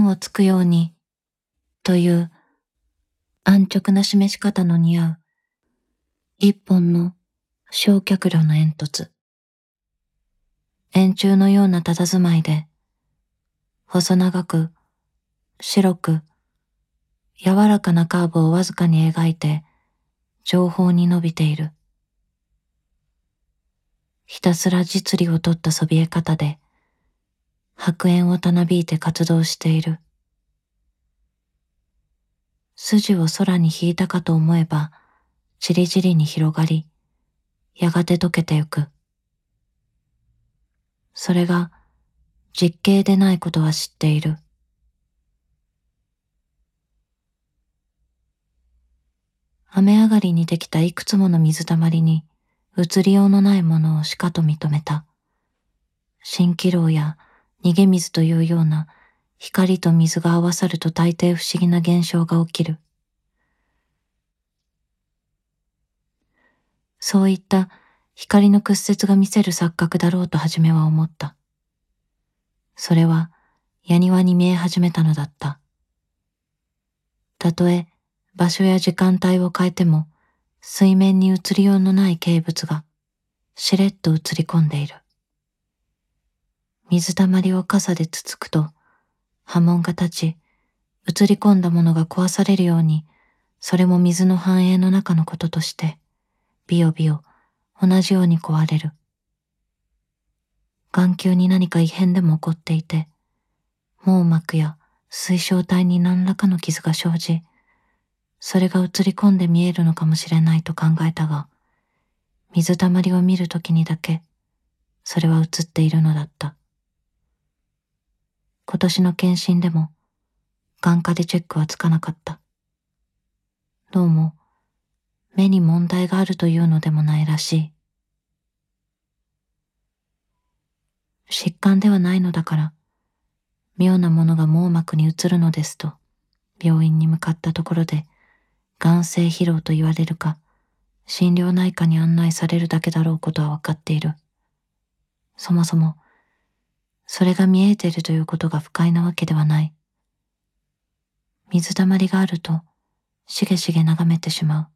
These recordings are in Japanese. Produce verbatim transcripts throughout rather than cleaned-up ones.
線をつくようにという安直な示し方の似合う一本の焼却炉の煙突。円柱のような佇まいで、細長く、白く、柔らかなカーブをわずかに描いて、上方に伸びている。ひたすら実利を取ったそびえ方で、白煙をたなびいて活動している。筋を空に引いたかと思えば、じりじりに広がり、やがて溶けてゆく。それが実景でないことは知っている。雨上がりにできたいくつもの水たまりに移りようのないものをしかと認めた。蜃気楼や逃げ水というような光と水が合わさると大抵不思議な現象が起きる。そういった光の屈折が見せる錯覚だろうと初めは思った。それは矢庭に見え始めたのだった。たとえ場所や時間帯を変えても水面に映りようのない景物がしれっと映り込んでいる。水たまりを傘でつつくと波紋が立ち、映り込んだものが壊されるように、それも水の繁栄の中のこととして、ビヨビヨ同じように壊れる。眼球に何か異変でも起こっていて、網膜や水晶体に何らかの傷が生じ、それが映り込んで見えるのかもしれないと考えたが、水たまりを見るときにだけ、それは映っているのだった。今年の検診でも、眼科でチェックはつかなかった。どうも、目に問題があるというのでもないらしい。疾患ではないのだから、妙なものが網膜に映るのですと、病院に向かったところで、眼性疲労と言われるか、心療内科に案内されるだけだろうことはわかっている。そもそも、それが見えているということが不快なわけではない。水たまりがあると、しげしげ眺めてしまう。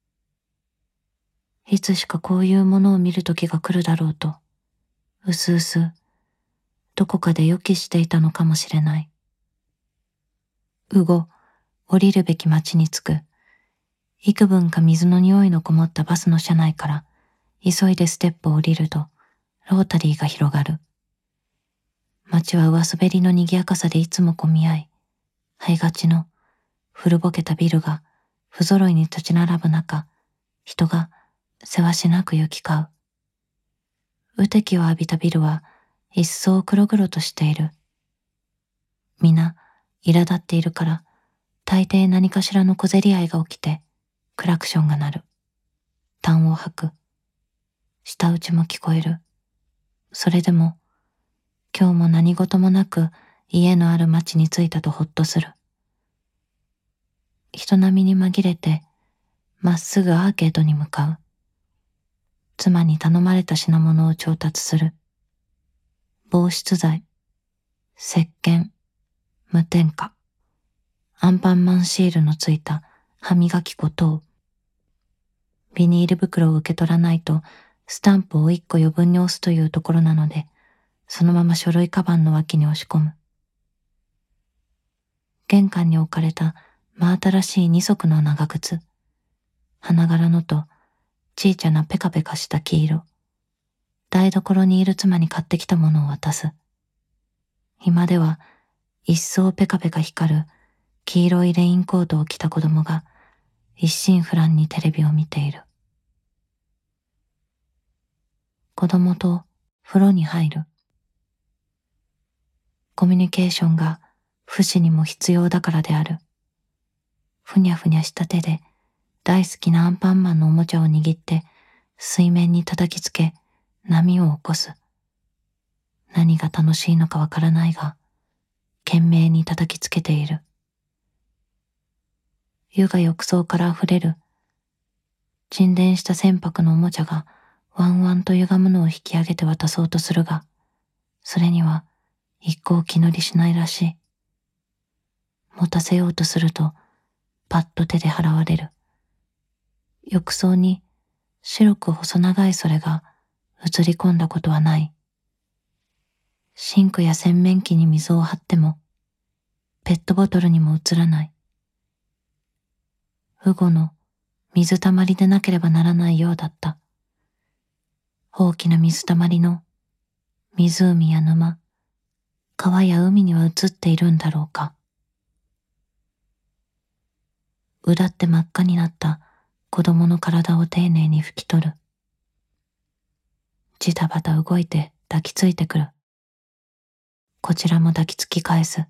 いつしかこういうものを見る時が来るだろうと、うすうす、どこかで予期していたのかもしれない。うご、降りるべき町に着く。幾分か水の匂いのこもったバスの車内から、急いでステップを降りると、ロータリーが広がる。街は上滑りの賑やかさでいつも混み合い、灰がちの古ぼけたビルが不揃いに立ち並ぶ中、人がせわしなく行き交う。雨滴を浴びたビルは一層黒々としている。皆、苛立っているから、大抵何かしらの小競り合いが起きて、クラクションが鳴る。痰を吐く。舌打ちも聞こえる。それでも、今日も何事もなく家のある町に着いたとほっとする。人波に紛れて、まっすぐアーケードに向かう。妻に頼まれた品物を調達する。防湿剤、石鹸、無添加、アンパンマンシールのついた歯磨き粉等。ビニール袋を受け取らないとスタンプを一個余分に押すというところなので、そのまま書類カバンの脇に押し込む。玄関に置かれた真新しい二足の長靴。花柄のと小さなペカペカした黄色。台所にいる妻に買ってきたものを渡す。今では一層ペカペカ光る黄色いレインコートを着た子供が一心不乱にテレビを見ている。子供と風呂に入る。コミュニケーションが不死にも必要だからである。ふにゃふにゃした手で大好きなアンパンマンのおもちゃを握って水面に叩きつけ波を起こす。何が楽しいのかわからないが、懸命に叩きつけている。湯が浴槽から溢れる。沈殿した船舶のおもちゃがワンワンと歪むのを引き上げて渡そうとするが、それには一向気乗りしないらしい。 持たせようとすると、パッと手で払われる。浴槽に白く細長いそれが映り込んだことはない。シンクや洗面器に水を張っても、ペットボトルにも映らない。ウゴの水たまりでなければならないようだった。大きな水たまりの湖や沼、川や海には映っているんだろうか。うだって真っ赤になった子供の体を丁寧に拭き取る。ジタバタ動いて抱きついてくる。こちらも抱きつき返す。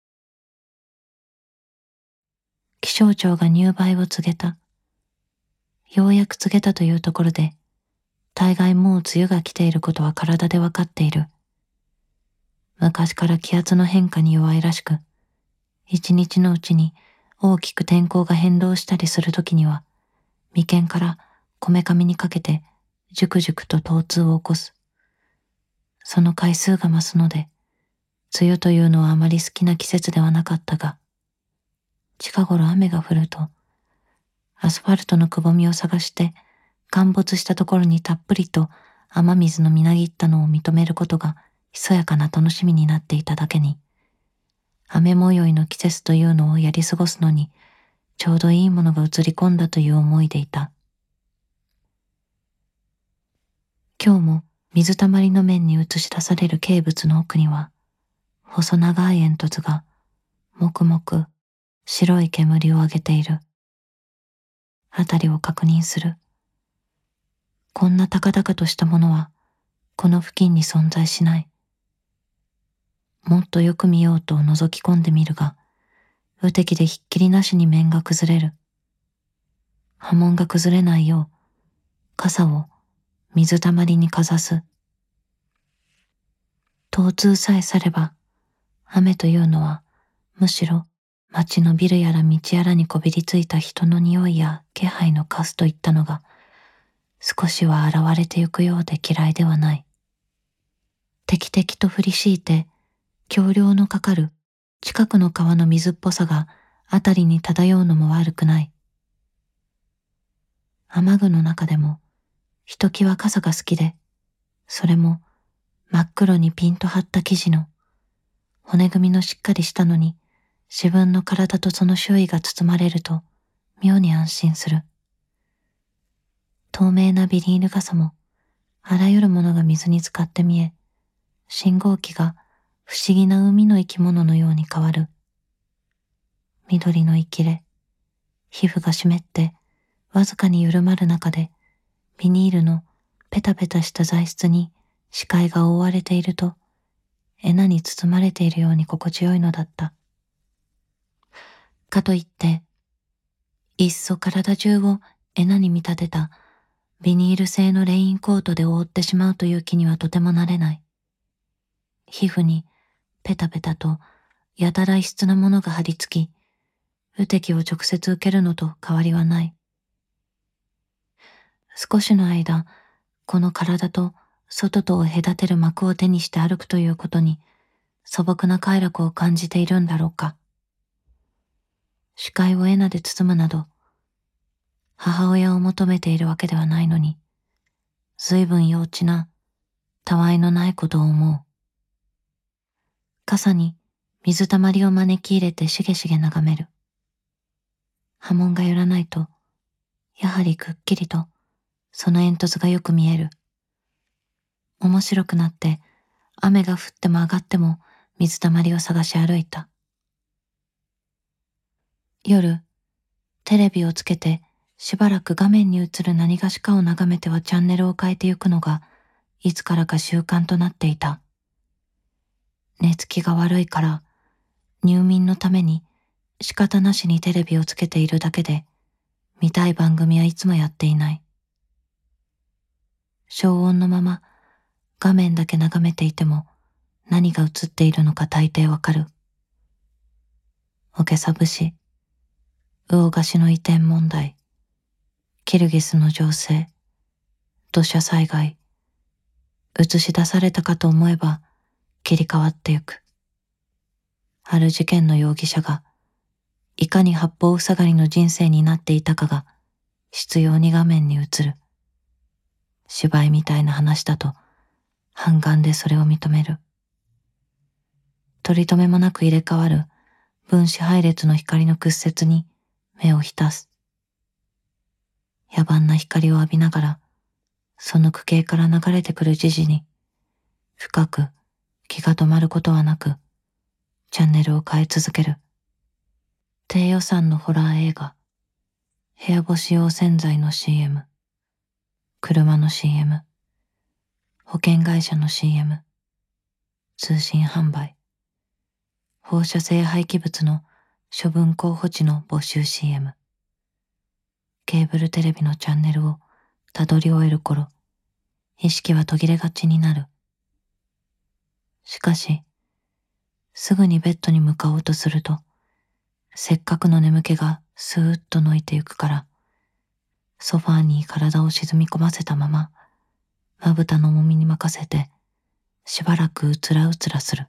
気象庁が入梅を告げた。ようやく告げたというところで、大概もう梅雨が来ていることは体でわかっている。昔から気圧の変化に弱いらしく、一日のうちに大きく天候が変動したりするときには、眉間からこめかみにかけてじゅくじゅくと疼痛を起こす。その回数が増すので、梅雨というのはあまり好きな季節ではなかったが、近頃雨が降ると、アスファルトのくぼみを探して陥没したところにたっぷりと雨水のみなぎったのを認めることがひそやかな楽しみになっていただけに、雨模様の季節というのをやり過ごすのにちょうどいいものが映り込んだという思いでいた。今日も水たまりの面に映し出される景物の奥には、細長い煙突がもくもく白い煙を上げている。あたりを確認する。こんな高々としたものはこの付近に存在しない。もっとよく見ようと覗き込んでみるが、雨滴でひっきりなしに面が崩れる。波紋が崩れないよう、傘を水たまりにかざす。疼痛さえされば、雨というのはむしろ街のビルやら道やらにこびりついた人の匂いや気配のカスといったのが少しは現れてゆくようで嫌いではない。滴々と降りしいて橋梁のかかる近くの川の水っぽさがあたりに漂うのも悪くない。雨具の中でもひときわ傘が好きで、それも真っ黒にピンと張った生地の骨組みのしっかりしたのに自分の体とその周囲が包まれると妙に安心する。透明なビニール傘もあらゆるものが水に浸かって見え、信号機が不思議な海の生き物のように変わる。緑の生きれ、皮膚が湿ってわずかに緩まる中でビニールのペタペタした材質に視界が覆われていると、エナに包まれているように心地よいのだった。かといって、いっそ体中をエナに見立てたビニール製のレインコートで覆ってしまうという気にはとてもなれない。皮膚にペタペタとやたら異質なものが張り付き、雨滴を直接受けるのと変わりはない。少しの間、この体と外とを隔てる膜を手にして歩くということに素朴な快楽を感じているんだろうか。視界をエナで包むなど、母親を求めているわけではないのに、随分幼稚な、たわいのないことを思う。傘に水たまりを招き入れてしげしげ眺める。波紋が寄らないと、やはりくっきりと、その煙突がよく見える。面白くなって、雨が降っても上がっても水たまりを探し歩いた。夜、テレビをつけてしばらく画面に映る何がしかを眺めてはチャンネルを変えてゆくのがいつからか習慣となっていた。寝つきが悪いから入眠のために仕方なしにテレビをつけているだけで見たい番組はいつもやっていない。消音のまま画面だけ眺めていても何が映っているのか大抵わかる。オケサ節、魚河岸の移転問題、キルギスの情勢、土砂災害、映し出されたかと思えば切り替わってゆく。ある事件の容疑者がいかに八方塞がりの人生になっていたかが執拗に画面に映る。芝居みたいな話だと半眼でそれを認める。取り留めもなく入れ替わる分子配列の光の屈折に目を浸す。野蛮な光を浴びながら、その区形から流れてくる時事に、深く気が止まることはなく、チャンネルを変え続ける。低予算のホラー映画、部屋干し用洗剤の シーエム、車の シーエム、保険会社の シーエム、通信販売、放射性廃棄物の処分候補地の募集 シーエム、ケーブルテレビのチャンネルをたどり終える頃、意識は途切れがちになる。しかし、すぐにベッドに向かおうとすると、せっかくの眠気がスーッとのいてゆくから、ソファーに体を沈み込ませたまま、まぶたの重みに任せて、しばらくうつらうつらする。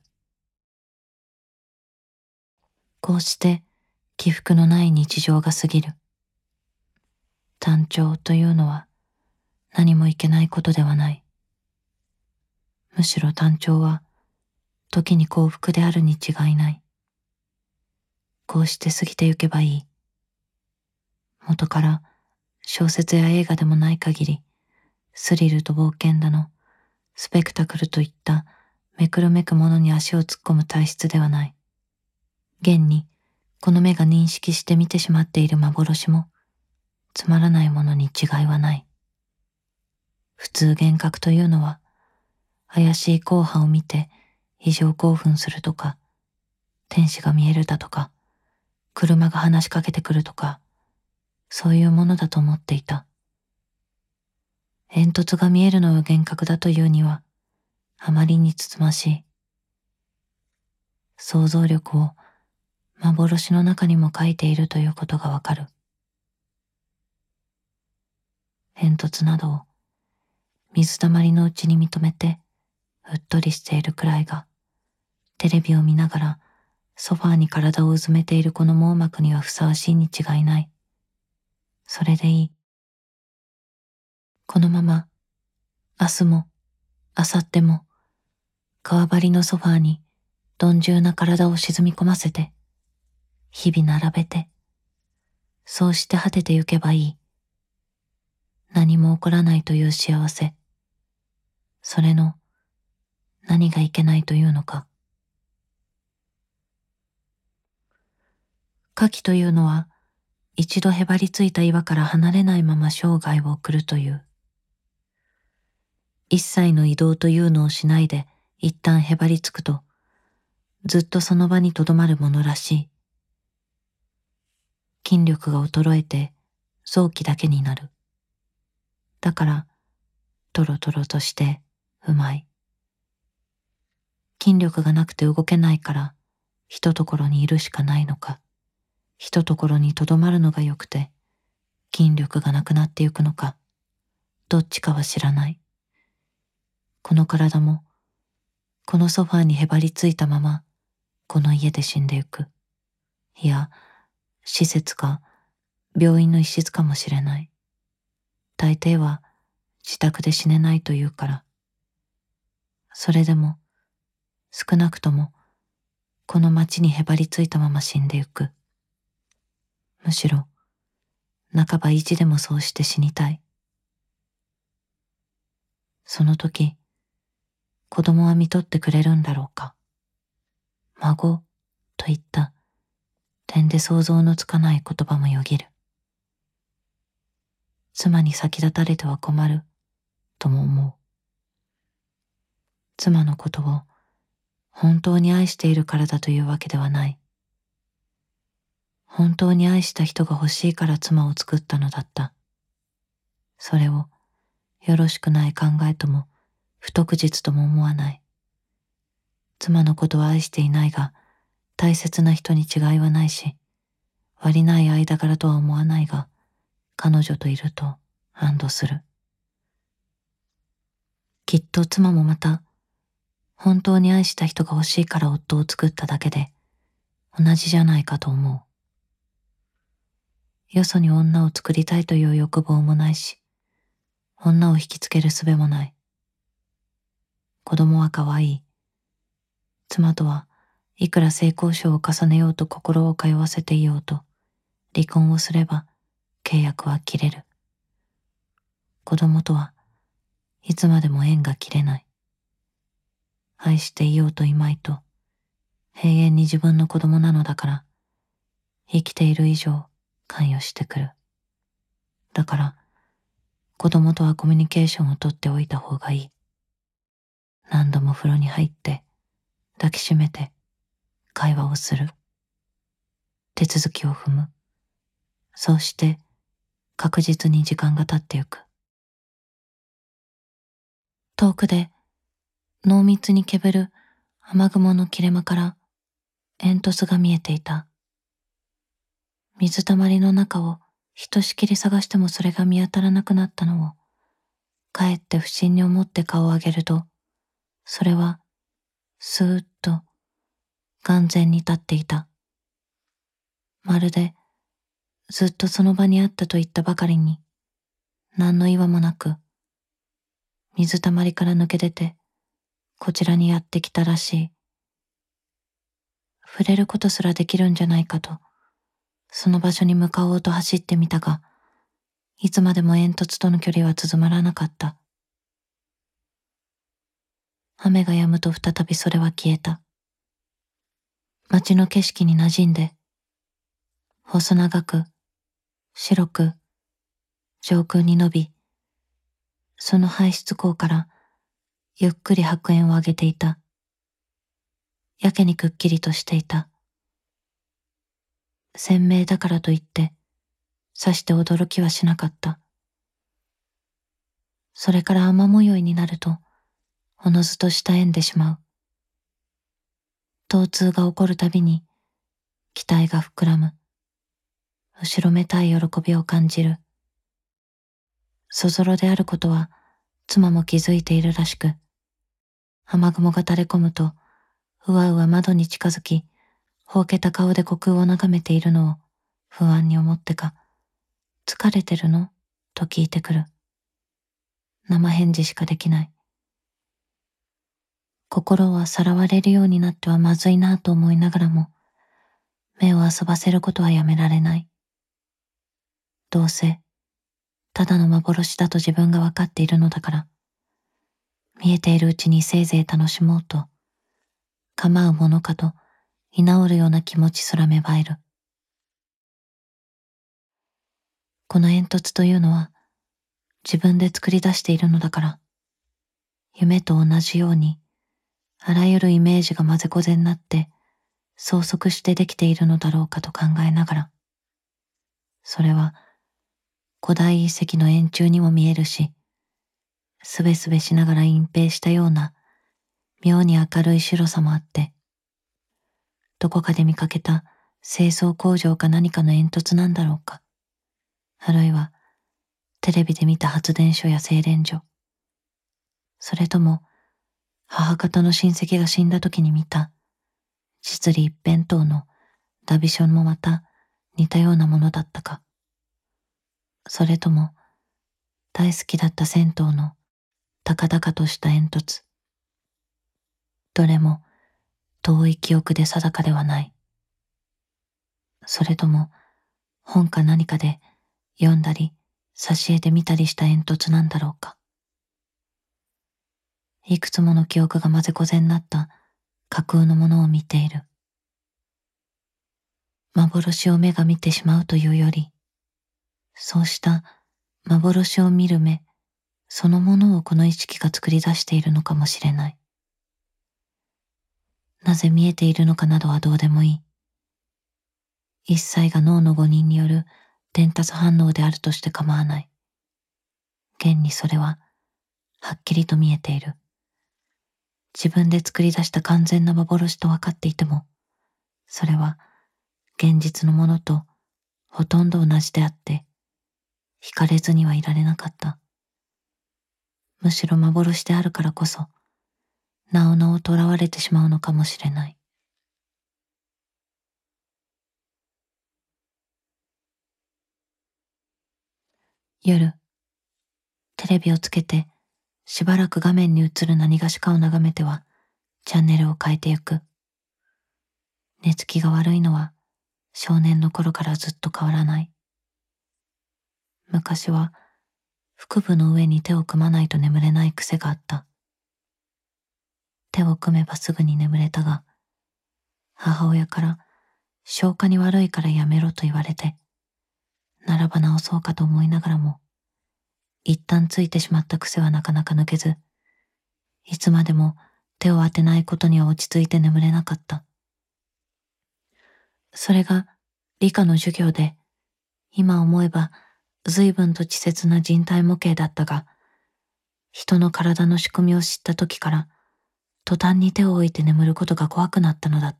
こうして起伏のない日常が過ぎる。単調というのは何もいけないことではない。むしろ単調は時に幸福であるに違いない。こうして過ぎてゆけばいい。元から小説や映画でもない限り、スリルと冒険だの、スペクタクルといっためくるめくものに足を突っ込む体質ではない。現にこの目が認識して見てしまっている幻もつまらないものに違いはない。普通幻覚というのは怪しい硬派を見て異常興奮するとか、天使が見えるだとか、車が話しかけてくるとか、そういうものだと思っていた。煙突が見えるのを幻覚だというにはあまりにつつましい。想像力を幻の中にも書いているということがわかる。煙突などを水たまりのうちに認めてうっとりしているくらいが、テレビを見ながらソファーに体をうずめているこの網膜にはふさわしいに違いない。それでいい。このまま明日も明後日も革張りのソファーに鈍重な体を沈み込ませて、日々並べて、そうして果ててゆけばいい。何も起こらないという幸せ。それの何がいけないというのか。牡蠣というのは一度へばりついた岩から離れないまま生涯を送るという。一切の移動というのをしないで一旦へばりつくと、ずっとその場にとどまるものらしい。筋力が衰えて臓器だけになる。だから、トロトロとしてうまい。筋力がなくて動けないから、ひとところにいるしかないのか、ひとところにとどまるのがよくて、筋力がなくなってゆくのか、どっちかは知らない。この体も、このソファーにへばりついたまま、この家で死んでゆく。いや、施設か、病院の一室かもしれない。大抵は、自宅で死ねないというから。それでも、少なくとも、この町にへばりついたまま死んでゆく。むしろ、半ば意地でもそうして死にたい。その時、子供は見とってくれるんだろうか。孫といった点で想像のつかない言葉もよぎる。妻に先立たれては困るとも思う。妻のことを本当に愛しているからだというわけではない。本当に愛した人が欲しいから妻を作ったのだった。それをよろしくない考えとも不徳実とも思わない。妻のことは愛していないが、大切な人に違いはないし、割りない間柄とは思わないが、彼女といると安堵する。きっと妻もまた、本当に愛した人が欲しいから夫を作っただけで、同じじゃないかと思う。 よそに女を作りたいという欲望もないし、女を引きつける術もない。子供は可愛い。妻とはいくら性交渉を重ねようと心を通わせていようと、離婚をすれば契約は切れる。子供とはいつまでも縁が切れない。愛していようといまいと、永遠に自分の子供なのだから、生きている以上関与してくる。だから、子供とはコミュニケーションをとっておいた方がいい。何度も風呂に入って、抱きしめて、会話をする。手続きを踏む。そうして、確実に時間が経ってゆく。遠くで、濃密にけぶる雨雲の切れ間から煙突が見えていた。水たまりの中をひとしきり探してもそれが見当たらなくなったのを、かえって不審に思って顔を上げると、それは、スーッと、眼前に立っていた。まるで、ずっとその場にあったと言ったばかりに、何の岩もなく、水たまりから抜け出て、こちらにやってきたらしい。触れることすらできるんじゃないかと、その場所に向かおうと走ってみたが、いつまでも煙突との距離は縮まらなかった。雨が止むと再びそれは消えた。街の景色に馴染んで、細長く、白く、上空に伸び、その排出口からゆっくり白煙を上げていた。やけにくっきりとしていた。鮮明だからといって、さして驚きはしなかった。それから雨模様になると、おのずと下縁でしまう。疼痛が起こるたびに、期待が膨らむ。後ろめたい喜びを感じる。そぞろであることは、妻も気づいているらしく、雨雲が垂れ込むと、うわうわ窓に近づき、ほうけた顔で虚空を眺めているのを不安に思ってか、疲れてるのと聞いてくる。生返事しかできない。心はさらわれるようになってはまずいなと思いながらも、目を遊ばせることはやめられない。どうせ、ただの幻だと自分がわかっているのだから、見えているうちにせいぜい楽しもうと、構うものかと居直るような気持ちすら芽生える。この煙突というのは、自分で作り出しているのだから、夢と同じように、あらゆるイメージが混ぜこぜになって、相続してできているのだろうかと考えながら、それは古代遺跡の円柱にも見えるし、すべすべしながら隠蔽したような妙に明るい白さもあって、どこかで見かけた清掃工場か何かの煙突なんだろうか、あるいはテレビで見た発電所や精錬所、それとも母方の親戚が死んだ時に見た実利一辺倒のダビションもまた似たようなものだったか、それとも大好きだった銭湯の高々とした煙突、どれも遠い記憶で定かではない。それとも本か何かで読んだり挿絵で見たりした煙突なんだろうか。いくつもの記憶が混ぜこぜになった架空のものを見ている。幻を目が見てしまうというより、そうした幻を見る目そのものをこの意識が作り出しているのかもしれない。なぜ見えているのかなどはどうでもいい。一切が脳の誤認による伝達反応であるとして構わない。現にそれははっきりと見えている。自分で作り出した完全な幻と分かっていても、それは現実のものとほとんど同じであって、惹かれずにはいられなかった。むしろ幻であるからこそ、なおのを囚われてしまうのかもしれない。 夜、テレビをつけてしばらく画面に映る何がしかを眺めてはチャンネルを変えてゆく。寝つきが悪いのは少年の頃からずっと変わらない。昔は腹部の上に手を組まないと眠れない癖があった。手を組めばすぐに眠れたが、母親から消化に悪いからやめろと言われて、ならば直そうかと思いながらも、一旦ついてしまった癖はなかなか抜けず、いつまでも手を当てないことには落ち着いて眠れなかった。それが理科の授業で、今思えば随分と稚拙な人体模型だったが、人の体の仕組みを知った時から、途端に手を置いて眠ることが怖くなったのだった。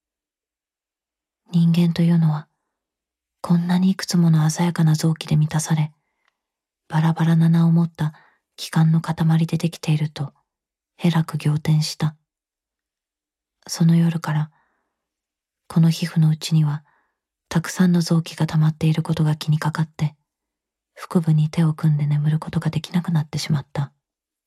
人間というのは、こんなにいくつもの鮮やかな臓器で満たされ、バラバラな名を持った器官の塊でできていると、えらく仰天した。その夜から、この皮膚の内には、たくさんの臓器が溜まっていることが気にかかって、腹部に手を組んで眠ることができなくなってしまった。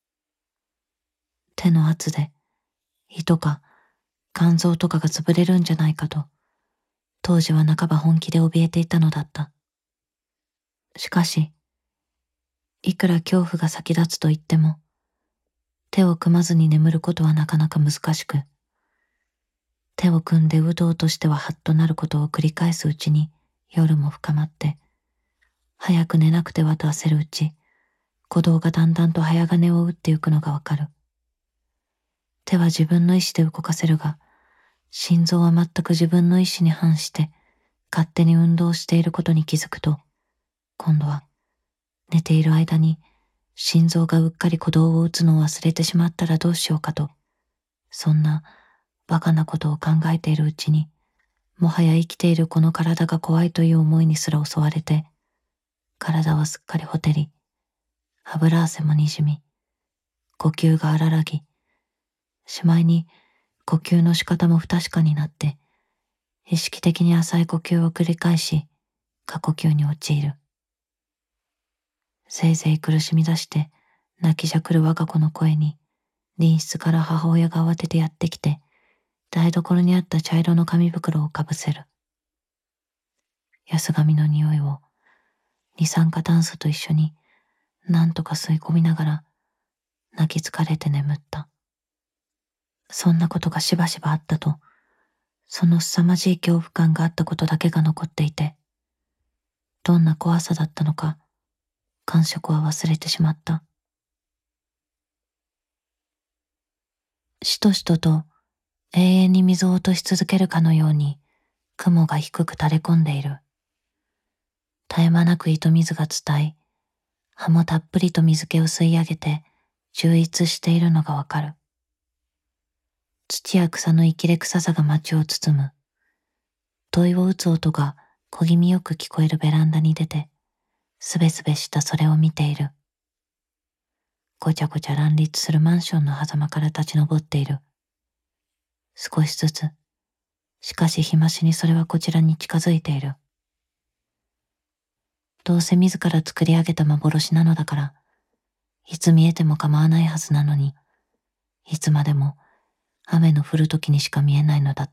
手の圧で、胃とか肝臓とかが潰れるんじゃないかと、当時は半ば本気で怯えていたのだった。しかし、いくら恐怖が先立つと言っても、手を組まずに眠ることはなかなか難しく、手を組んでうとうとしてはハッとなることを繰り返すうちに夜も深まって、早く寝なくてはと焦るうち、鼓動がだんだんと早金を打ってゆくのがわかる。手は自分の意志で動かせるが、心臓は全く自分の意志に反して勝手に運動していることに気づくと、今度は寝ている間に心臓がうっかり鼓動を打つのを忘れてしまったらどうしようかと、そんなバカなことを考えているうちに、もはや生きているこの体が怖いという思いにすら襲われて、体はすっかりほてり、油汗もにじみ、呼吸が荒らぎ、しまいに呼吸の仕方も不確かになって、意識的に浅い呼吸を繰り返し、過呼吸に陥る。せいぜい苦しみ出して泣きじゃくる我が子の声に、隣室から母親が慌ててやってきて、台所にあった茶色の紙袋をかぶせる。安紙の匂いを二酸化炭素と一緒に何とか吸い込みながら泣き疲れて眠った。そんなことがしばしばあったと、その凄まじい恐怖感があったことだけが残っていて、どんな怖さだったのか感触は忘れてしまった。しとしとと永遠に水を落とし続けるかのように雲が低く垂れ込んでいる。絶え間なく糸水が伝い、葉もたっぷりと水気を吸い上げて充溢しているのがわかる。土や草の生きれ臭さが街を包む。問いを打つ音が小気味よく聞こえるベランダに出て、すべすべしたそれを見ている。ごちゃごちゃ乱立するマンションの狭間から立ち上っている。少しずつ、しかし日増しにそれはこちらに近づいている。どうせ自ら作り上げた幻なのだから、いつ見えても構わないはずなのに、いつまでも雨の降る時にしか見えないのだった。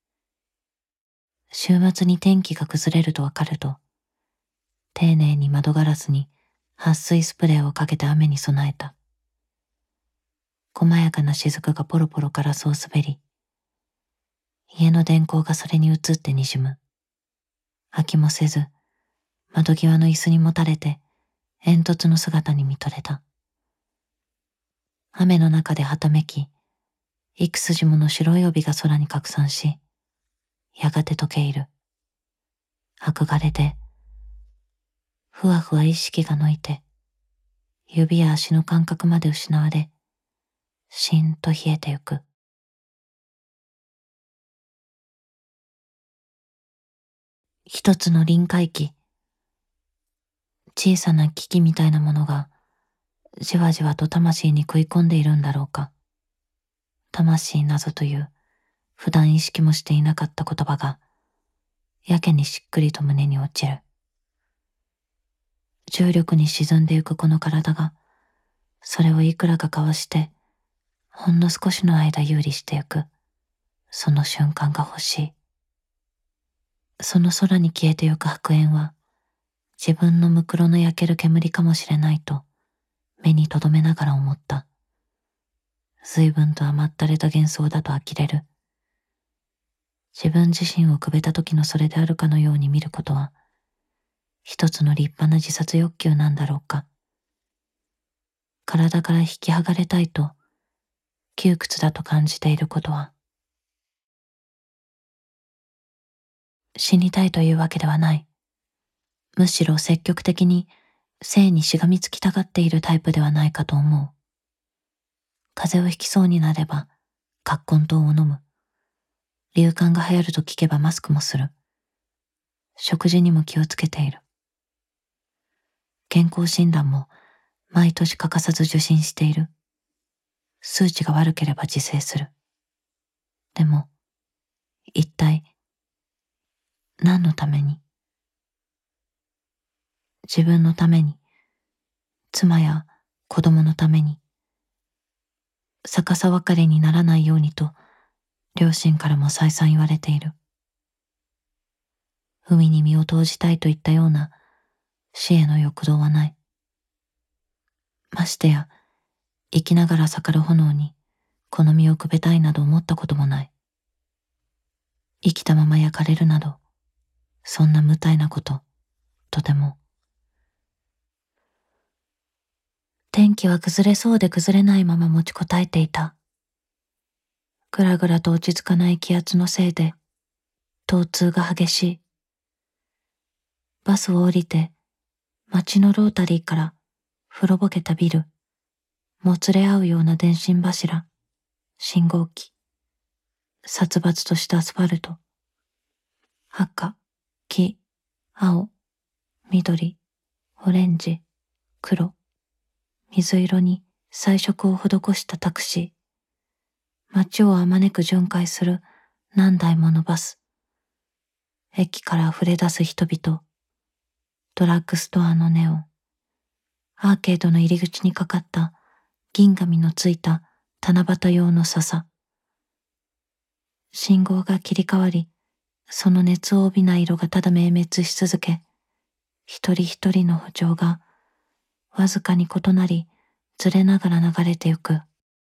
週末に天気が崩れるとわかると、丁寧に窓ガラスに撥水スプレーをかけて雨に備えた。細やかな雫がポロポロガラスを滑り、家の電光がそれに映ってにじむ。飽きもせず、窓際の椅子にもたれて煙突の姿に見とれた。雨の中ではためき、幾筋もの白い帯が空に拡散し、やがて溶け入る。憧れで、ふわふわ意識がのいて、指や足の感覚まで失われ、しんと冷えてゆく。一つの臨界期、小さな危機みたいなものが、じわじわと魂に食い込んでいるんだろうか。魂なぞという、普段意識もしていなかった言葉が、やけにしっくりと胸に落ちる。 重力に沈んでゆくこの体が、それをいくらかかわして、ほんの少しの間有利してゆく、その瞬間が欲しい。その空に消えてゆく白煙は、自分のむくろの焼ける煙かもしれないと、目に留めながら思った。随分と甘ったれた幻想だと呆れる。自分自身をくべた時のそれであるかのように見ることは、一つの立派な自殺欲求なんだろうか。体から引き剥がれたいと、窮屈だと感じていることは、死にたいというわけではない。むしろ積極的に生にしがみつきたがっているタイプではないかと思う。風邪をひきそうになれば、葛根湯を飲む。流感が流行ると聞けばマスクもする。食事にも気をつけている。健康診断も毎年欠かさず受診している。数値が悪ければ自制する。でも、一体、何のために？自分のために、妻や子供のために、逆さ別れにならないようにと、両親からも再三言われている。海に身を投じたいといったような死への欲動はない。ましてや、生きながら盛る炎にこの身をくべたいなど思ったこともない。生きたまま焼かれるなど、そんな無体なこと、とても。天気は崩れそうで崩れないまま持ちこたえていた。ぐらぐらと落ち着かない気圧のせいで、疼痛が激しい。バスを降りて、街のロータリーから古ぼけたビル、もつれ合うような電信柱、信号機、殺伐としたアスファルト、赤、黄、青、緑、オレンジ、黒、水色に彩色を施したタクシー、街をあまねく巡回する何台ものバス、駅から溢れ出す人々、ドラッグストアのネオン、アーケードの入り口にかかった銀紙のついた七夕用の笹。信号が切り替わり、その熱を帯びない色がただ明滅し続け、一人一人の歩調がわずかに異なり、ずれながら流れてゆく。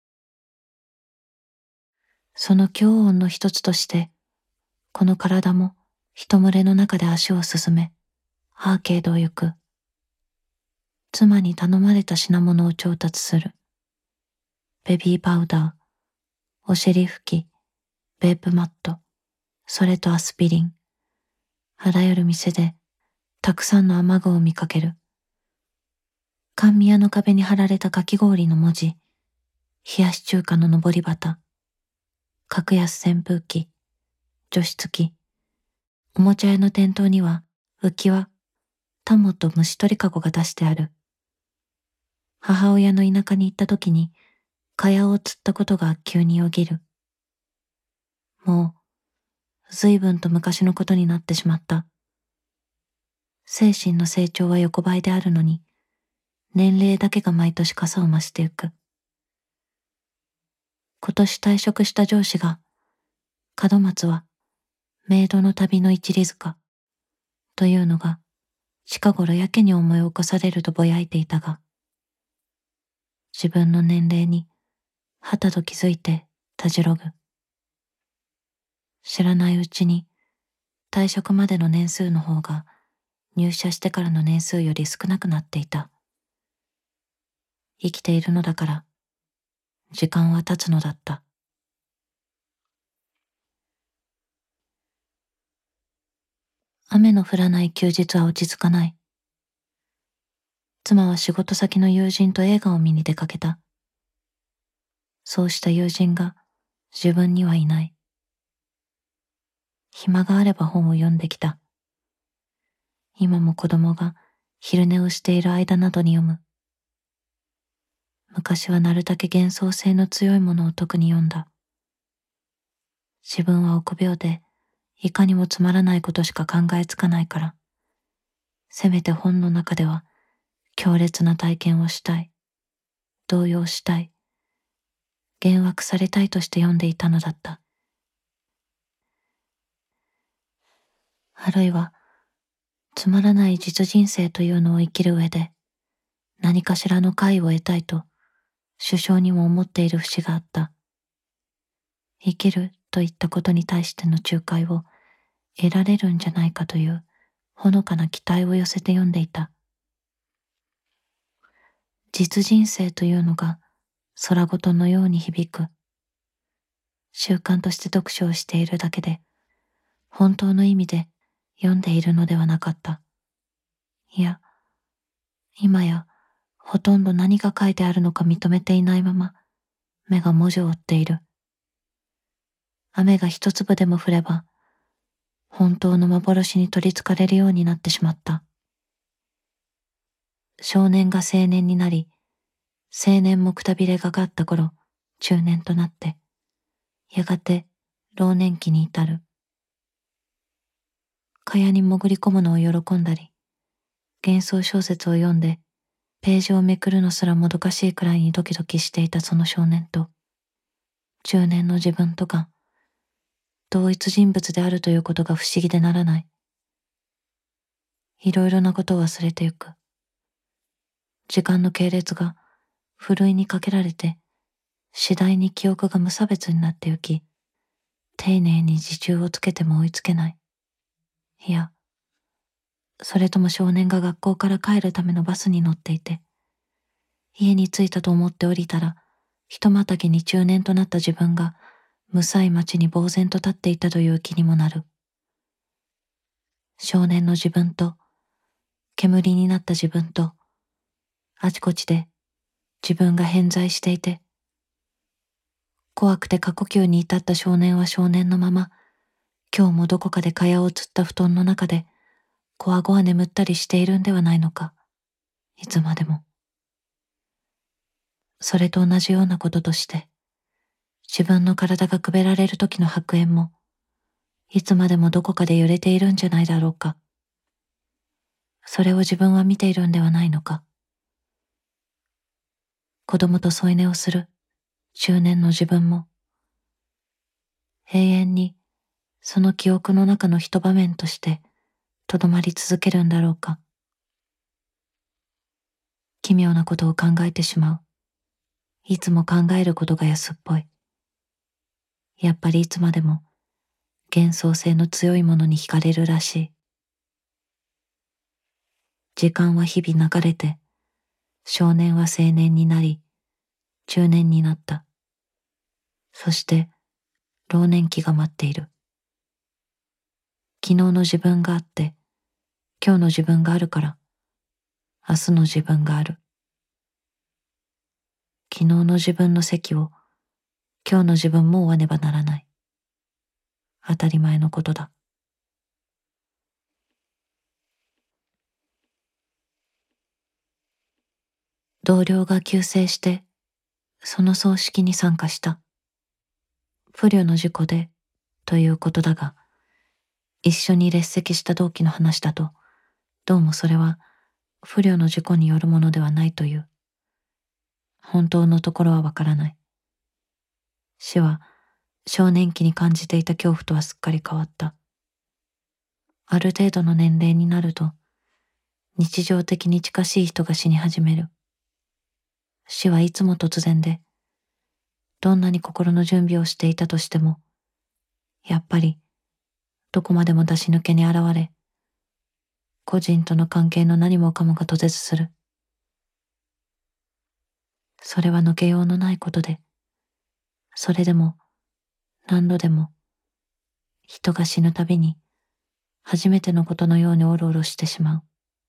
その強音の一つとして、この体も人群れの中で足を進め、アーケードを行く。妻に頼まれた品物を調達する。ベビーパウダー、お尻拭き、ベープマット、それとアスピリン。あらゆる店でたくさんの雨具を見かける。甘味屋の壁に貼られたかき氷の文字、冷やし中華の上り旗、格安扇風機、除湿機。おもちゃ屋の店頭には浮き輪、タモと虫取りかごが出してある。母親の田舎に行った時に、蚊帳を釣ったことが急によぎる。もう、随分と昔のことになってしまった。精神の成長は横ばいであるのに、年齢だけが毎年傘を増してゆく。今年退職した上司が、門松は、メイドの旅の一里塚、というのが、近頃やけに思い起こされるとぼやいていたが、自分の年齢に、はたと気づいて、たじろぐ。知らないうちに、退職までの年数の方が、入社してからの年数より少なくなっていた。生きているのだから、時間は経つのだった。雨の降らない休日は落ち着かない。妻は仕事先の友人と映画を見に出かけた。そうした友人が自分にはいない。暇があれば本を読んできた。今も子供が昼寝をしている間などに読む。昔はなるだけ幻想性の強いものを特に読んだ。自分は臆病で、いかにもつまらないことしか考えつかないから、せめて本の中では強烈な体験をしたい、動揺したい、幻惑されたいとして読んでいたのだった。あるいは、つまらない実人生というのを生きる上で、何かしらの解を得たいと、首相にも思っている節があった。生きるといったことに対しての仲介を得られるんじゃないかというほのかな期待を寄せて読んでいた。実人生というのが空言のように響く。習慣として読書をしているだけで、本当の意味で読んでいるのではなかった。いや、今やほとんど何が書いてあるのか認めていないまま、目が文字を追っている。雨が一粒でも降れば、本当の幻に取りつかれるようになってしまった。少年が青年になり、青年もくたびれがかった頃、中年となって、やがて老年期に至る。蚊帳に潜り込むのを喜んだり、幻想小説を読んで、ページをめくるのすらもどかしいくらいにドキドキしていたその少年と、中年の自分とが、同一人物であるということが不思議でならない。いろいろなことを忘れてゆく。時間の系列がふるいにかけられて、次第に記憶が無差別になってゆき、丁寧に自重をつけても追いつけない。いや、それとも少年が学校から帰るためのバスに乗っていて、家に着いたと思って降りたら、ひとまたぎに中年となった自分が、無さい街に呆然と立っていたという気にもなる。少年の自分と、煙になった自分と、あちこちで自分が偏在していて、怖くて過呼吸に至った少年は少年のまま、今日もどこかで蚊帳をつった布団の中で、こわごわ眠ったりしているんではないのか、いつまでも。それと同じようなこととして、自分の体がくべられる時の白煙も、いつまでもどこかで揺れているんじゃないだろうか。それを自分は見ているんではないのか。子供と添い寝をする中年の自分も、永遠にその記憶の中の一場面としてとどまり続けるんだろうか。奇妙なことを考えてしまう。いつも考えることが安っぽい。やっぱりいつまでも幻想性の強いものに惹かれるらしい。時間は日々流れて、少年は青年になり、中年になった。そして、老年期が待っている。昨日の自分があって、今日の自分があるから、明日の自分がある。昨日の自分の席を、今日の自分も追わねばならない。当たり前のことだ。同僚が急逝して、その葬式に参加した。不慮の事故で、ということだが、一緒に列席した同期の話だと、どうもそれは不慮の事故によるものではないという。本当のところはわからない。死は少年期に感じていた恐怖とはすっかり変わった。ある程度の年齢になると、日常的に近しい人が死に始める。死はいつも突然で、どんなに心の準備をしていたとしても、やっぱりどこまでも出し抜けに現れ、個人との関係の何もかもが途絶する。それは抜けようのないことで、それでも何度でも人が死ぬたびに初めてのことのようにおろおろしてしまう。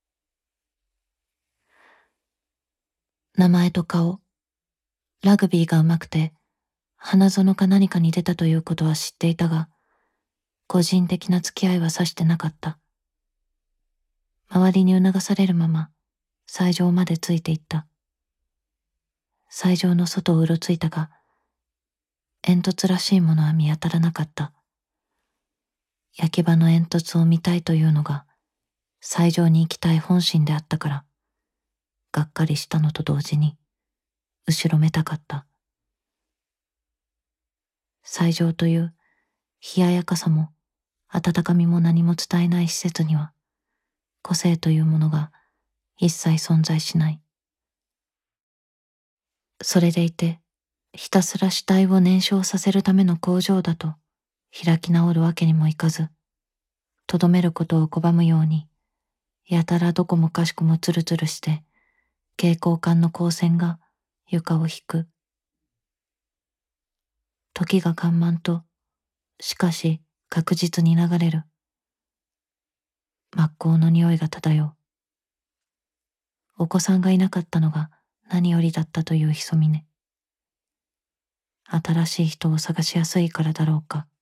名前と顔、ラグビーがうまくて花園か何かに出たということは知っていたが、個人的な付き合いはさしてなかった。周りに促されるまま斎場までついていった。斎場の外をうろついたが、煙突らしいものは見当たらなかった。焼き場の煙突を見たいというのが、斎場に行きたい本心であったから、 がっかりしたのと同時に後ろめたかった。斎場という冷ややかさも温かみも何も伝えない施設には個性というものが一切存在しない。それでいてひたすら死体を燃焼させるための工場だと開き直るわけにもいかず、とどめることを拒むようにやたらどこもかしこもツルツルして蛍光管の光線が床を引く。時が緩慢としかし確実に流れる。真っ向の匂いが漂う。お子さんがいなかったのが何よりだったというひそみね。新しい人を探しやすいからだろうか。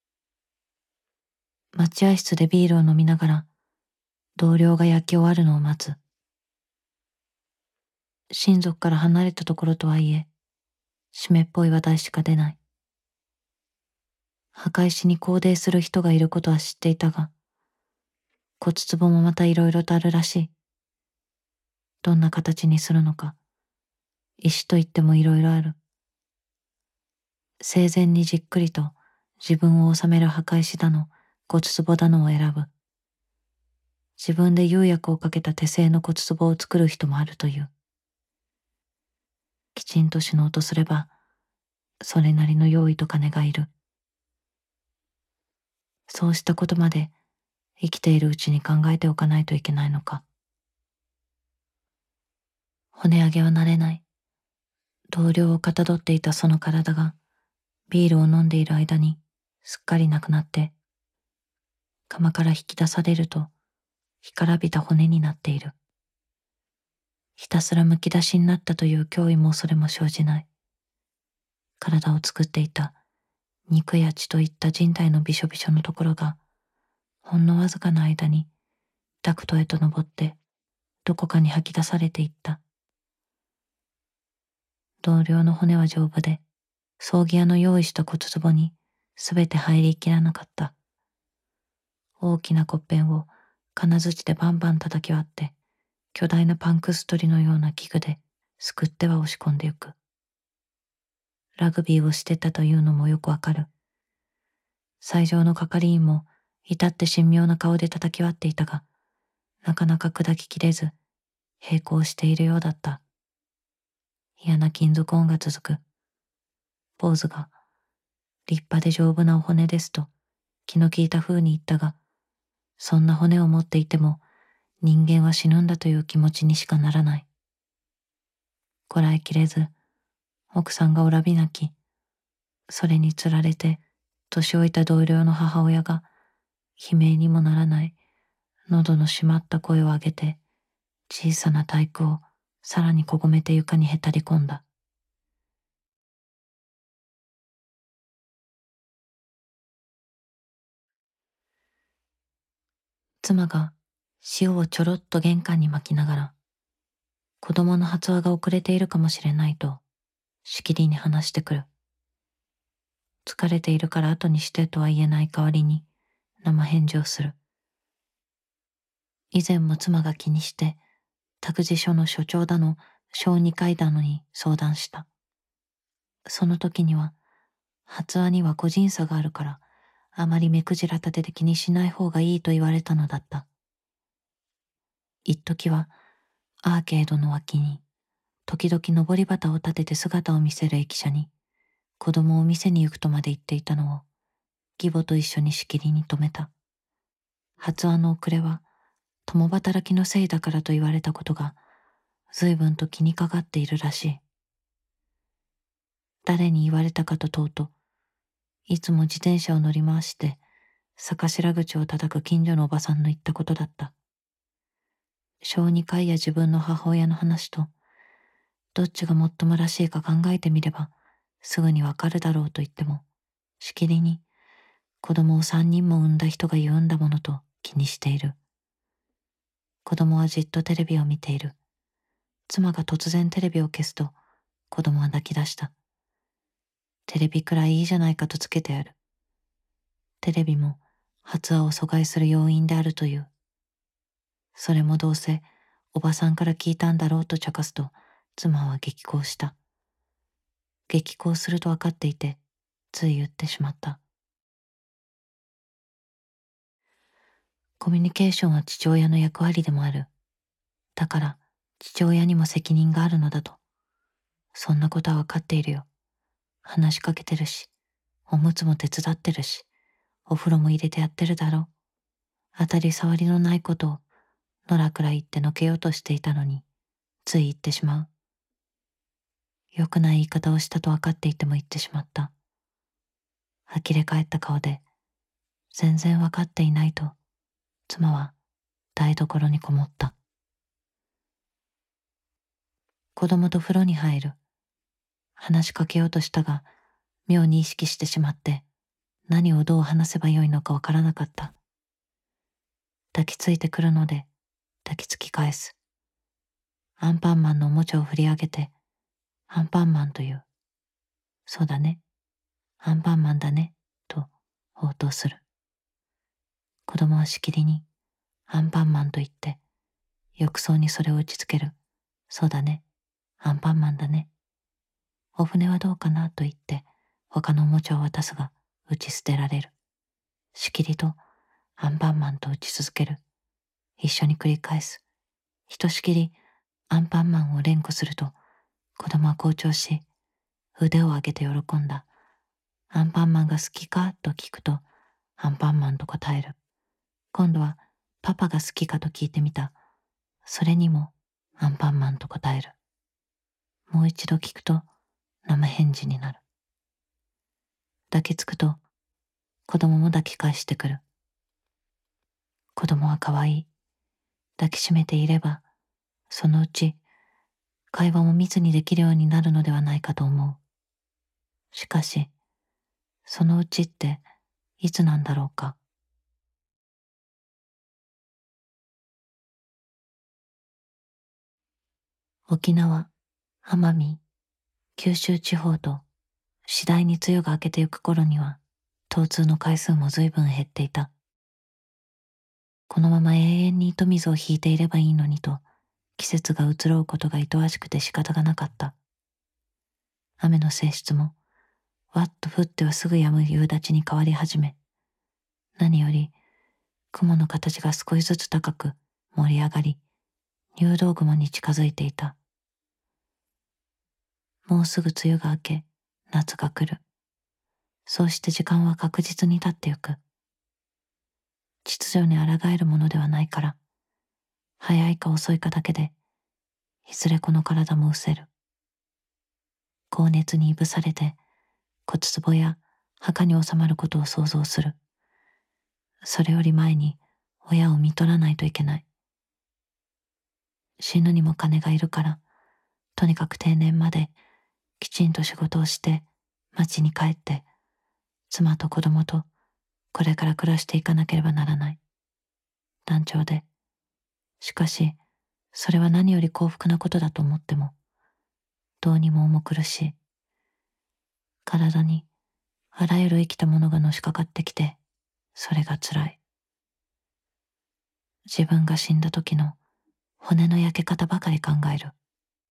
待合室でビールを飲みながら同僚が焼き終わるのを待つ。親族から離れたところとはいえ湿っぽい話題しか出ない。墓石にコーデーする人がいることは知っていたが、骨壺もまたいろいろとあるらしい。どんな形にするのか、石といってもいろいろある。生前にじっくりと自分を収める墓石だの骨壺だのを選ぶ。自分で釉薬をかけた手製の骨壺を作る人もあるという。きちんと死のうとすればそれなりの用意と金がいる。そうしたことまで生きているうちに考えておかないといけないのか。骨上げはなれない。同僚をかたどっていたその体がビールを飲んでいる間にすっかりなくなって窯から引き出されると干からびた骨になっている。ひたすらむき出しになったという脅威も恐れも生じない。体を作っていた肉や血といった人体のびしょびしょのところがほんのわずかな間にダクトへと登ってどこかに吐き出されていった。同僚の骨は丈夫で葬儀屋の用意した骨壺にすべて入りきらなかった。大きな骨片を金槌でバンバン叩き割って巨大なパンクス取りのような器具ですくっては押し込んでゆく。ラグビーをしてたというのもよくわかる。斎場の係員も至って神妙な顔で叩き割っていたが、なかなか砕ききれず並行しているようだった。嫌な金属音が続く。坊主が立派で丈夫なお骨ですと気の利いた風に言ったが、そんな骨を持っていても人間は死ぬんだという気持ちにしかならない。こらえきれず奥さんがおらび泣き、それにつられて年老いた同僚の母親が悲鳴にもならない喉の締まった声を上げて小さな細工をさらにこごめて床にへたり込んだ。妻が塩をちょろっと玄関に巻きながら、子供の発話が遅れているかもしれないとしきりに話してくる。疲れているから後にしてとは言えない代わりに生返事をする。以前も妻が気にして託児所の所長だの小児科医だのに相談した。その時には発話には個人差があるからあまり目くじら立てて気にしない方がいいと言われたのだった。一時はアーケードの脇に時々登り旗を立てて姿を見せる駅舎に子供を店に行くとまで言っていたのを義母と一緒にしきりに止めた。発話の遅れは共働きのせいだからと言われたことが随分と気にかかっているらしい。誰に言われたかと問うと、いつも自転車を乗り回して坂頭口を叩く近所のおばさんの言ったことだった。小児科医や自分の母親の話とどっちがもっともらしいか考えてみればすぐにわかるだろうと言っても、しきりに子供を三人も産んだ人が言うんだものと気にしている。子供はじっとテレビを見ている。妻が突然テレビを消すと子供は泣き出した。テレビくらいいいじゃないかとつけてやる。テレビも発話を阻害する要因であるという。それもどうせおばさんから聞いたんだろうと茶化すと、妻は激高した。激高すると分かっていて、つい言ってしまった。コミュニケーションは父親の役割でもある。だから父親にも責任があるのだと。そんなことは分かっているよ。話しかけてるし、おむつも手伝ってるし、お風呂も入れてやってるだろう。当たり障りのないことをのらくら言ってのけようとしていたのに、つい言ってしまう。良くない言い方をしたと分かっていても言ってしまった。呆れ返った顔で、全然分かっていないと、妻は台所にこもった。子供と風呂に入る。話しかけようとしたが、妙に意識してしまって、何をどう話せばよいのかわからなかった。抱きついてくるので、抱きつき返す。アンパンマンのおもちゃを振り上げて、アンパンマンという。そうだね。アンパンマンだね。と応答する。子供はしきりに、アンパンマンと言って、浴槽にそれを打ちつける。そうだね。アンパンマンだね。お船はどうかなと言って、他のおもちゃを渡すが、打ち捨てられる。しきりと、アンパンマンと打ち続ける。一緒に繰り返す。ひとしきり、アンパンマンを連呼すると、子供は好調し、腕を上げて喜んだ。アンパンマンが好きかと聞くと、アンパンマンと答える。今度は、パパが好きかと聞いてみた。それにも、アンパンマンと答える。もう一度聞くと、生返事になる。抱きつくと、子供も抱き返してくる。子供は可愛い。抱きしめていれば、そのうち、会話も密にできるようになるのではないかと思う。しかし、そのうちっていつなんだろうか。沖縄、奄美、九州地方と次第に梅雨が明けてゆく頃には、疼痛の回数も随分減っていた。このまま永遠に糸水を引いていればいいのにと、季節が移ろうことが愛おしくて仕方がなかった。雨の性質も、わっと降ってはすぐ止む夕立ちに変わり始め、何より雲の形が少しずつ高く盛り上がり、入道雲に近づいていた。もうすぐ梅雨が明け、夏が来る。そうして時間は確実に経ってゆく。秩序に抗えるものではないから、早いか遅いかだけで、いずれこの体も失せる。高熱にいぶされて、骨壺や墓に収まることを想像する。それより前に親を見取らないといけない。死ぬにも金がいるから、とにかく定年まできちんと仕事をして町に帰って妻と子供とこれから暮らしていかなければならない。団長で。しかし、それは何より幸福なことだと思っても、どうにも重苦しい。体にあらゆる生きたものがのしかかってきて、それが辛い。自分が死んだ時の骨の焼け方ばかり考える。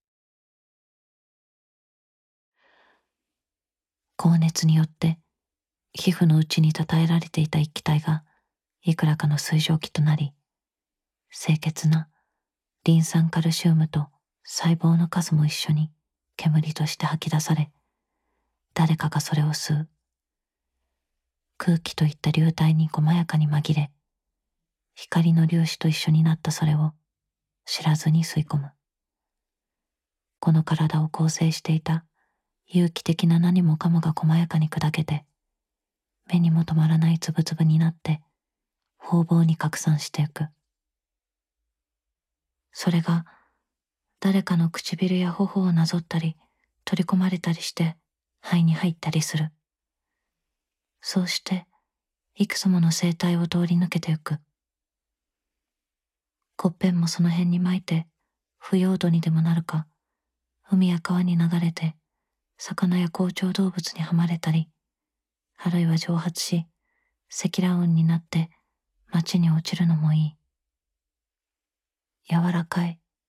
高熱によって皮膚の内にたたえられていた液体がいくらかの水蒸気となり、清潔なリン酸カルシウムと細胞の数も一緒に煙として吐き出され、誰かがそれを吸う。空気といった流体に細やかに紛れ、光の粒子と一緒になったそれを知らずに吸い込む。この体を構成していた有機的な何もかもが細やかに砕けて、目にも止まらないつぶつぶになって方々に拡散していく。それが誰かの唇や頬をなぞったり取り込まれたりして肺に入ったりする。そうして幾つもの生態を通り抜けてゆく。こっぺんもその辺に巻いて腐葉土にでもなるか、海や川に流れて魚や甲虫動物にはまれたり、あるいは蒸発し積乱雲になって町に落ちるのもいい。柔らかい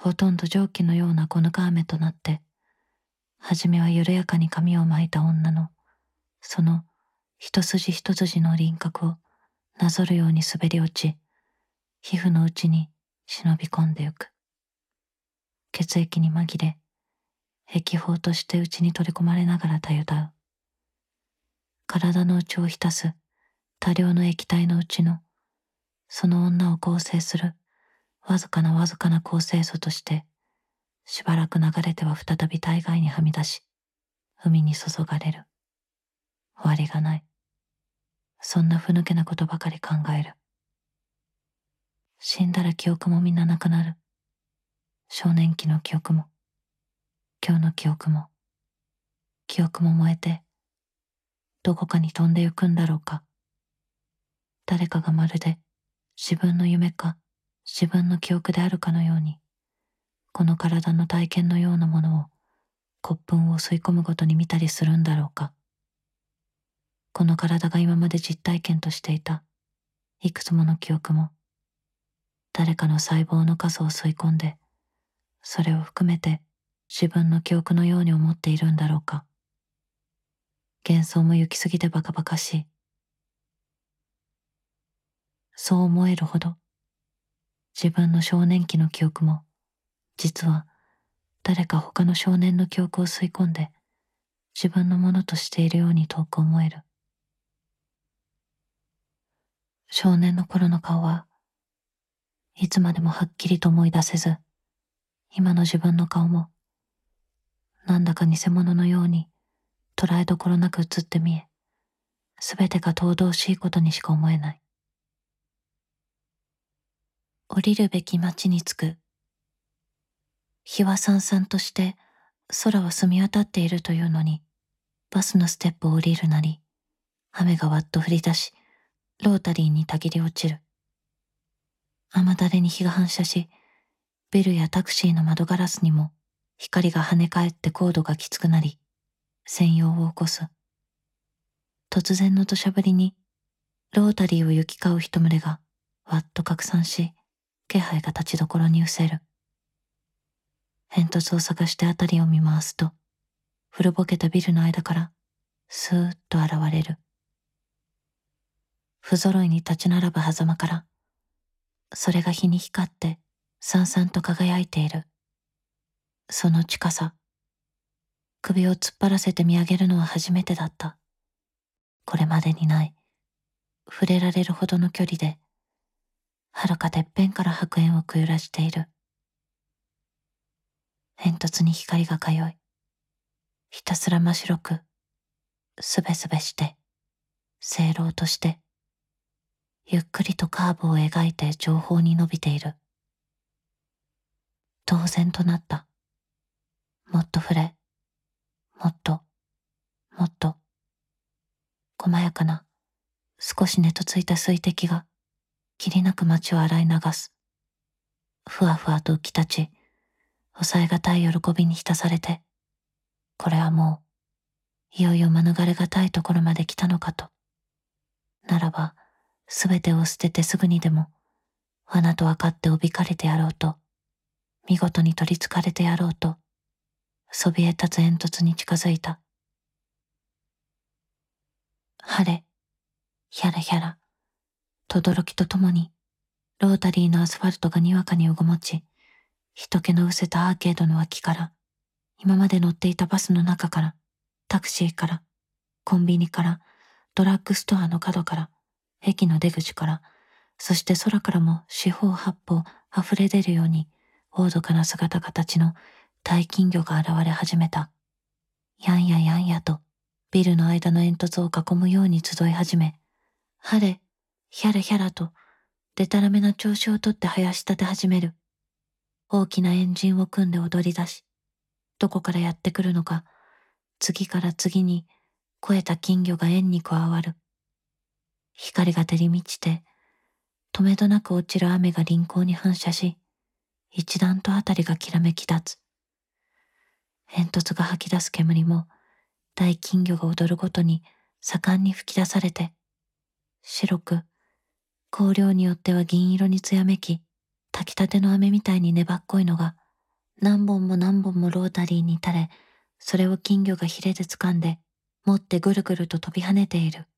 ほとんど蒸気のようなこぬか雨となって、はじめは緩やかに髪を巻いた女の、その一筋一筋の輪郭をなぞるように滑り落ち、皮膚の内に忍び込んでゆく。血液に紛れ、液泡として内に取り込まれながらたゆだう。体の内を浸す多量の液体のうちの、その女を構成するわずかなわずかな構成素として、しばらく流れては再び大概にはみ出し、海に注がれる。終わりがない。そんなふぬけなことばかり考える。死んだら記憶もみんななくなる。少年期の記憶も、今日の記憶も、記憶も燃えて、どこかに飛んでゆくんだろうか。誰かがまるで自分の夢か自分の記憶であるかのように、この体の体験のようなものを骨粉を吸い込むごとに見たりするんだろうか。この体が今まで実体験としていたいくつもの記憶も、誰かの細胞の数を吸い込んで、それを含めて自分の記憶のように思っているんだろうか。幻想も行き過ぎてバカバカしい。そう思えるほど、自分の少年期の記憶も、実は誰か他の少年の記憶を吸い込んで、自分のものとしているように遠く思える。少年の頃の顔はいつまでもはっきりと思い出せず、今の自分の顔も、なんだか偽物のように捉えどころなく映って見え、すべてが尊々しいことにしか思えない。降りるべき町に着く。日はさんさんとして空は澄み渡っているというのに、バスのステップを降りるなり、雨がわっと降り出し、ロータリーにたぎり落ちる。雨だれに日が反射し、ビルやタクシーの窓ガラスにも光が跳ね返って高度がきつくなり、閃耀を起こす。突然の土砂降りに、ロータリーを行き交う人群れがわっと拡散し、気配が立ちどころに失せる。煙突を探してあたりを見回すと、古ぼけたビルの間からスーッと現れる。不揃いに立ち並ぶ狭間から、それが日に光ってさんさんと輝いている。その近さ、首を突っ張らせて見上げるのは初めてだった。これまでにない、触れられるほどの距離で、遥かてっぺんから白煙をくゆらしている。煙突に光が通い、ひたすら真白く、すべすべして、清朗として、ゆっくりとカーブを描いて上方に伸びている。当然となった。もっと触れ、もっと、もっと、細やかな、少し根とついた水滴が、きりなく街を洗い流す。ふわふわと浮き立ち、抑えがたい喜びに浸されて、これはもう、いよいよ免れがたいところまで来たのかと。ならば、すべてを捨ててすぐにでも、罠と分かっておびかれてやろうと、見事に取りつかれてやろうと、そびえ立つ煙突に近づいた。晴れ、ひゃらひゃら、とどろきとともに、ロータリーのアスファルトがにわかにうごもち、人気の失せたアーケードの脇から、今まで乗っていたバスの中から、タクシーから、コンビニから、ドラッグストアの角から、駅の出口から、そして空からも四方八方溢れ出るように、大どかな姿形の大金魚が現れ始めた。やんややんやと、ビルの間の煙突を囲むように集い始め、晴れ、ひゃらひゃらと、でたらめな調子をとって生やし立て始める。大きなエンジンを組んで踊り出し、どこからやってくるのか、次から次に肥えた金魚が円に加わる。光が照り満ちて、とめどなく落ちる雨が輪光に反射し、一段とあたりがきらめき立つ。煙突が吐き出す煙も、大金魚が踊るごとに盛んに吹き出されて、白く、光量によっては銀色につやめき、炊きたての飴みたいに粘っこいのが何本も何本もロータリーに垂れ、それを金魚がヒレで掴んで、持ってぐるぐると飛び跳ねている。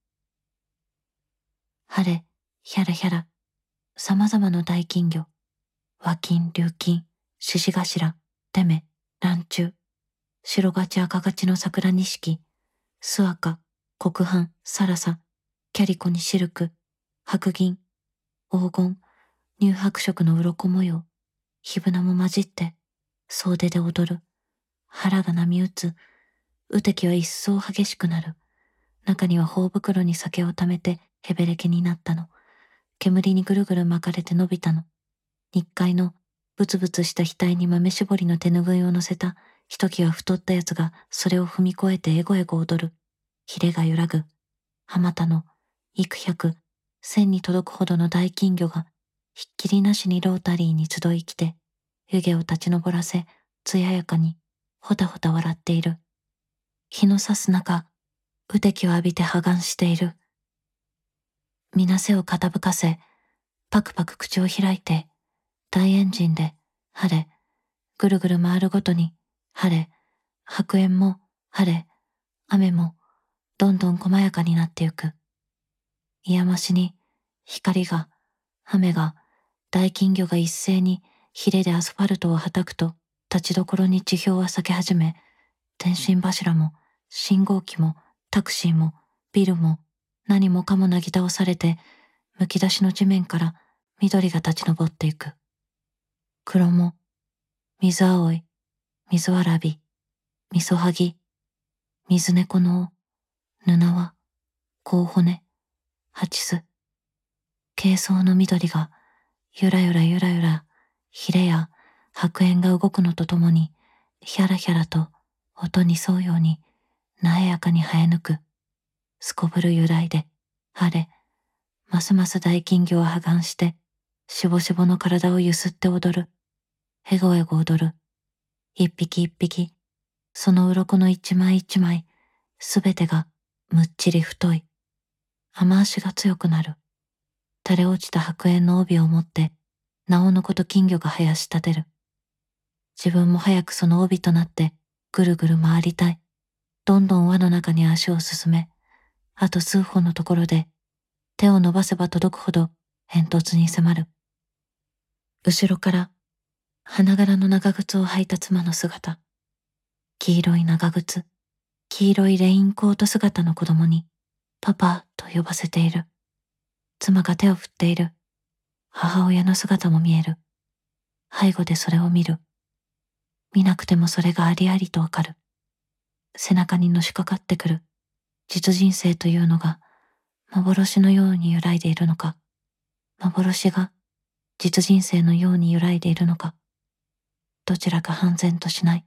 晴れ、ひゃらひゃら、様々な大金魚、和金、琉金、獅子頭、テメ、蘭中、白ガチ赤ガチの桜錦、スアカ、黒斑、サラサ、キャリコにシルク、白銀、黄金、乳白色の鱗模様、火船も混じって、総出で踊る。腹が波打つ。雨滴は一層激しくなる。中には頬袋に酒を溜めてヘベレケになったの。煙にぐるぐる巻かれて伸びたの。日階のブツブツした額に豆絞りの手ぬぐいを乗せたひときわ太ったやつがそれを踏み越えてエゴエゴ踊る。ヒレが揺らぐ。浜田の幾百、千に届くほどの大金魚がひっきりなしにロータリーに集い来て、湯気を立ち上らせ、艶やかに、ほたほた笑っている。日の差す中、雨滴を浴びて破顔している。皆背を傾かせ、パクパク口を開いて、大エンジンで、晴れ、ぐるぐる回るごとに、晴れ、白煙も、晴れ、雨も、どんどん細やかになってゆく。いやましに、光が、雨が、大金魚が一斉に、ヒレでアスファルトをはたくと、立ちどころに地表は裂け始め、電信柱も、信号機も、タクシーも、ビルも、何もかもなぎ倒されて、むき出しの地面から緑が立ち上っていく。黒も、水青い、水わらび、みそはぎ、水猫の尾、布輪、甲骨、蜂巣、軽装の緑が、ゆらゆらゆらゆら、ヒレや白煙が動くのとともに、ひゃらひゃらと音に沿うように、なえやかに生え抜く。すこぶる揺らいで、晴れ、ますます大金魚を破顔して、しぼしぼの体をゆすって踊る。へごへご踊る。一匹一匹、その鱗の一枚一枚、すべてがむっちり太い。雨足が強くなる。垂れ落ちた白煙の帯を持って、なおのこと金魚が生やし立てる。自分も早くその帯となって、ぐるぐる回りたい。どんどん輪の中に足を進め、あと数歩のところで、手を伸ばせば届くほど煙突に迫る。後ろから、花柄の長靴を履いた妻の姿。黄色い長靴、黄色いレインコート姿の子供に、パパと呼ばせている。妻が手を振っている。母親の姿も見える。背後でそれを見る。見なくてもそれがありありとわかる。背中にのしかかってくる。実人生というのが、幻のように揺らいでいるのか、幻が実人生のように揺らいでいるのか、どちらか判然としない。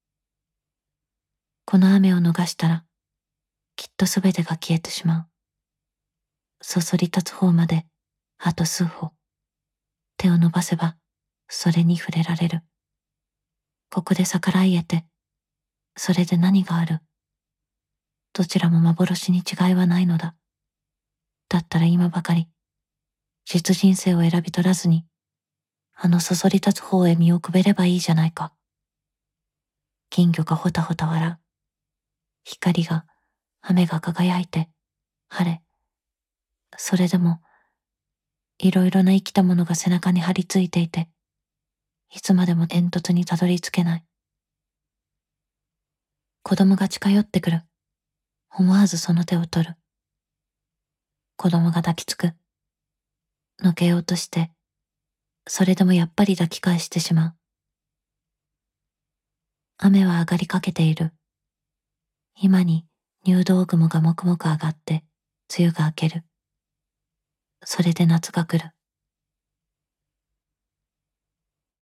この雨を逃したら、きっとすべてが消えてしまう。そそり立つ方まで、あと数歩。手を伸ばせば、それに触れられる。ここで逆らい得て、それで何がある？どちらも幻に違いはないのだ。だったら今ばかり、実人生を選び取らずに、あのそそり立つ方へ身をくべればいいじゃないか。金魚がほたほた笑う。光が、雨が輝いて、晴れ。それでも、いろいろな生きたものが背中に張り付いていて、いつまでも煙突にたどり着けない。子供が近寄ってくる。思わずその手を取る。子供が抱きつく。のけようとして、それでもやっぱり抱き返してしまう。雨は上がりかけている。今に入道雲がもくもく上がって、梅雨が明ける。それで夏が来る。